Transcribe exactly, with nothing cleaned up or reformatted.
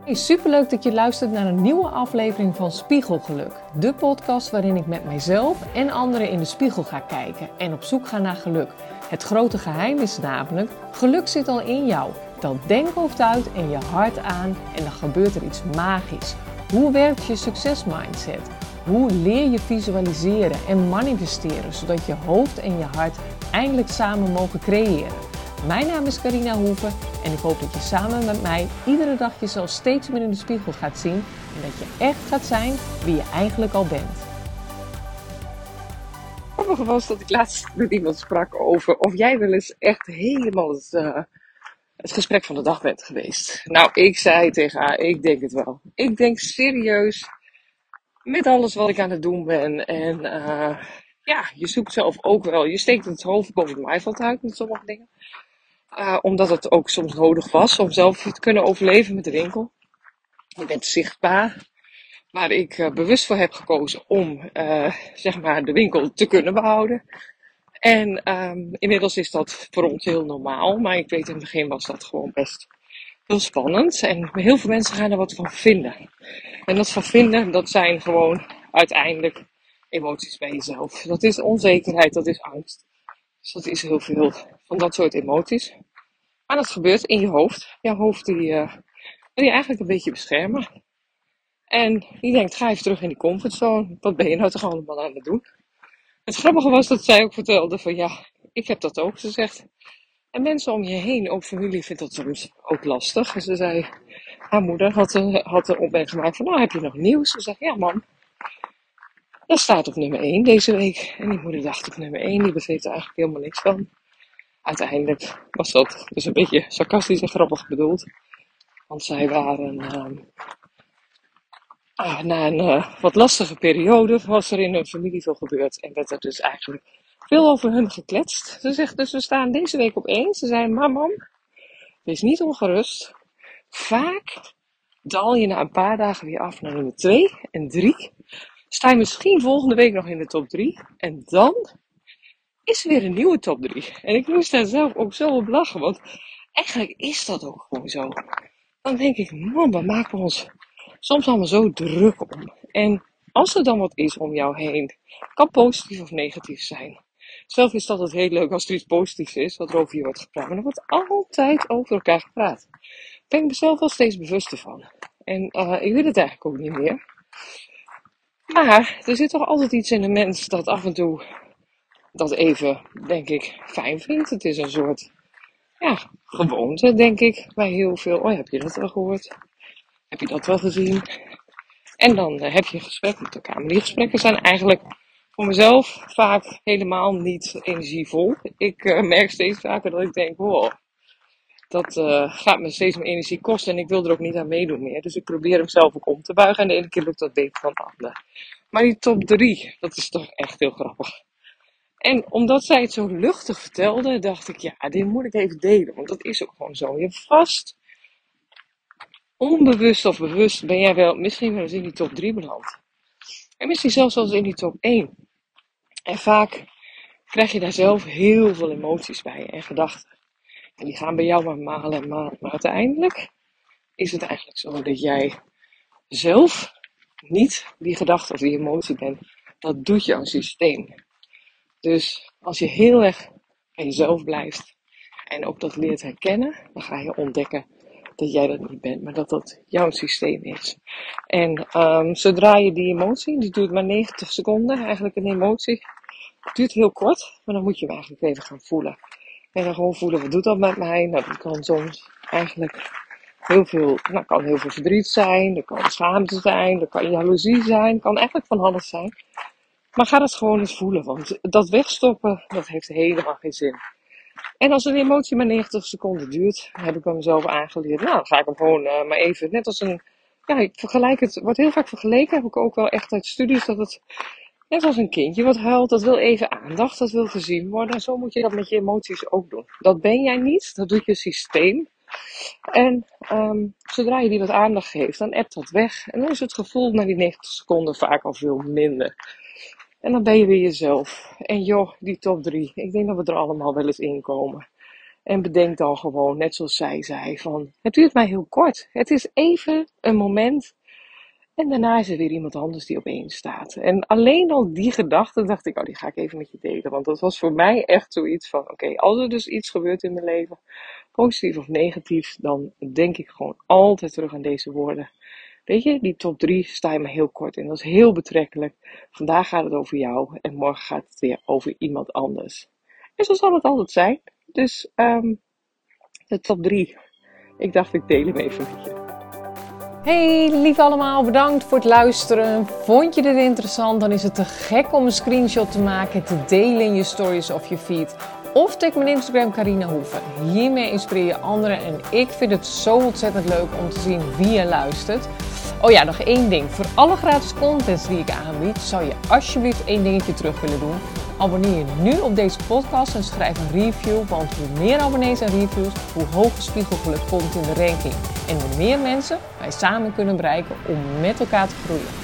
Hey, superleuk dat je luistert naar een nieuwe aflevering van Spiegelgeluk. De podcast waarin ik met mijzelf en anderen in de spiegel ga kijken en op zoek ga naar geluk. Het grote geheim is namelijk, geluk zit al in jou. Tel denkhoofd uit en je hart aan en dan gebeurt er iets magisch. Hoe werkt je succesmindset? Hoe leer je visualiseren en manifesteren, zodat je hoofd en je hart eindelijk samen mogen creëren? Mijn naam is Carina Hoeven en ik hoop dat je samen met mij iedere dag jezelf steeds meer in de spiegel gaat zien en dat je echt gaat zijn wie je eigenlijk al bent. Het was dat ik laatst met iemand sprak over of jij wel eens echt helemaal het, uh, het gesprek van de dag bent geweest. Nou, ik zei tegen haar, ik denk het wel. Ik denk serieus, met alles wat ik aan het doen ben. En uh, ja, je zoekt zelf ook wel. Je steekt het hoofd boven de maaiveld uit met sommige dingen. Uh, omdat het ook soms nodig was om zelf te kunnen overleven met de winkel. Je bent zichtbaar. Waar ik uh, bewust voor heb gekozen om uh, zeg maar de winkel te kunnen behouden. En um, inmiddels is dat voor ons heel normaal. Maar ik weet in het begin was dat gewoon best heel spannend. En heel veel mensen gaan er wat van vinden. En dat van vinden, dat zijn gewoon uiteindelijk emoties bij jezelf. Dat is onzekerheid, dat is angst. Dus dat is heel veel van dat soort emoties. Maar dat gebeurt in je hoofd. Jouw hoofd die, uh, wil je eigenlijk een beetje beschermen. En die denkt, ga even terug in die comfortzone. Wat ben je nou toch allemaal aan het doen? Het grappige was dat zij ook vertelde van ja, ik heb dat ook. Ze zegt, en mensen om je heen, ook familie, vindt dat soms ook lastig. En ze zei, haar moeder had, uh, had een opmerking gemaakt van, nou heb je nog nieuws? Ze zegt, ja man, dat staat op nummer één deze week. En die moeder dacht op nummer één, die begreep er eigenlijk helemaal niks van. Uiteindelijk was dat dus een beetje sarcastisch en grappig bedoeld. Want zij waren... Um, Ah, na een uh, wat lastige periode was er in hun familie veel gebeurd. En werd er dus eigenlijk veel over hun gekletst. Ze zegt dus, we staan deze week op één. Ze zei, maar mam, wees niet ongerust. Vaak dal je na een paar dagen weer af naar nummer twee en drie. Sta je misschien volgende week nog in de top drie. En dan is er weer een nieuwe top drie. En ik moest daar zelf ook zo op lachen. Want eigenlijk is dat ook gewoon zo. Dan denk ik, man, we maken ons soms allemaal zo druk om. En als er dan wat is om jou heen, kan positief of negatief zijn. Zelf is dat het heel leuk als er iets positiefs is, wat er over je wordt gepraat. Maar er wordt altijd over elkaar gepraat. Daar ben ik mezelf wel steeds bewuster van. En uh, ik wil het eigenlijk ook niet meer. Maar er zit toch altijd iets in de mens dat af en toe dat even, denk ik, fijn vindt. Het is een soort, ja, gewoonte, denk ik, bij heel veel. Oh, heb je dat wel gehoord? Heb je dat wel gezien? En dan uh, heb je een gesprek met elkaar. Maar die gesprekken zijn eigenlijk voor mezelf vaak helemaal niet energievol. Ik uh, merk steeds vaker dat ik denk, wow, dat uh, gaat me steeds meer energie kosten. En ik wil er ook niet aan meedoen meer. Dus ik probeer hem zelf ook om te buigen. En de ene keer lukt dat beter dan de andere. Maar die top drie, dat is toch echt heel grappig. En omdat zij het zo luchtig vertelde, dacht ik, ja, dit moet ik even delen. Want dat is ook gewoon zo. Je hebt vast... Onbewust of bewust ben jij wel misschien wel eens in die top drie beland. En misschien zelfs wel eens in die top één. En vaak krijg je daar zelf heel veel emoties bij en gedachten. En die gaan bij jou maar malen en malen. Maar uiteindelijk is het eigenlijk zo dat jij zelf niet die gedachte of die emotie bent. Dat doet jouw systeem. Dus als je heel erg bij jezelf blijft en ook dat leert herkennen, dan ga je ontdekken dat jij dat niet bent, maar dat dat jouw systeem is. En um, zodra je die emotie, die duurt maar negentig seconden, eigenlijk een emotie, duurt heel kort, maar dan moet je hem eigenlijk even gaan voelen. En dan gewoon voelen, wat doet dat met mij? Nou, dat kan soms eigenlijk heel veel, nou, kan heel veel verdriet zijn, er kan schaamte zijn, er kan jaloezie zijn, kan eigenlijk van alles zijn. Maar ga dat gewoon eens voelen, want dat wegstoppen, dat heeft helemaal geen zin. En als een emotie maar negentig seconden duurt, heb ik bij mezelf aangeleerd. Nou, dan ga ik hem gewoon uh, maar even, net als een, ja, ik vergelijk het, wordt heel vaak vergeleken, heb ik ook wel echt uit studies, dat het net als een kindje wat huilt, dat wil even aandacht, dat wil gezien worden. En zo moet je dat met je emoties ook doen. Dat ben jij niet, dat doet je systeem. En um, zodra je die wat aandacht geeft, dan appt dat weg. En dan is het gevoel na die negentig seconden vaak al veel minder. En dan ben je weer jezelf. En joh, die top drie. Ik denk dat we er allemaal wel eens in komen. En bedenk dan gewoon, net zoals zij zei, van het duurt mij heel kort. Het is even een moment en daarna is er weer iemand anders die opeens staat. En alleen al die gedachte dacht ik, oh die ga ik even met je delen. Want dat was voor mij echt zoiets van, oké, okay, als er dus iets gebeurt in mijn leven, positief of negatief, dan denk ik gewoon altijd terug aan deze woorden. Weet je, die top drie sta je me heel kort in. Dat is heel betrekkelijk. Vandaag gaat het over jou en morgen gaat het weer over iemand anders. En zo zal het altijd zijn. Dus um, de top drie. Ik dacht, ik deel hem even met je. Hey lief allemaal, bedankt voor het luisteren. Vond je dit interessant? Dan is het te gek om een screenshot te maken, te delen in je stories of je feed. Of tag mijn Instagram Carina Hoeven. Hiermee inspireer je anderen en ik vind het zo ontzettend leuk om te zien wie je luistert. Oh ja, nog één ding. Voor alle gratis contents die ik aanbied, zou je alsjeblieft één dingetje terug willen doen. Abonneer je nu op deze podcast en schrijf een review, want hoe meer abonnees en reviews, hoe hoger Spiegelgeluk komt in de ranking. En hoe meer mensen wij samen kunnen bereiken om met elkaar te groeien.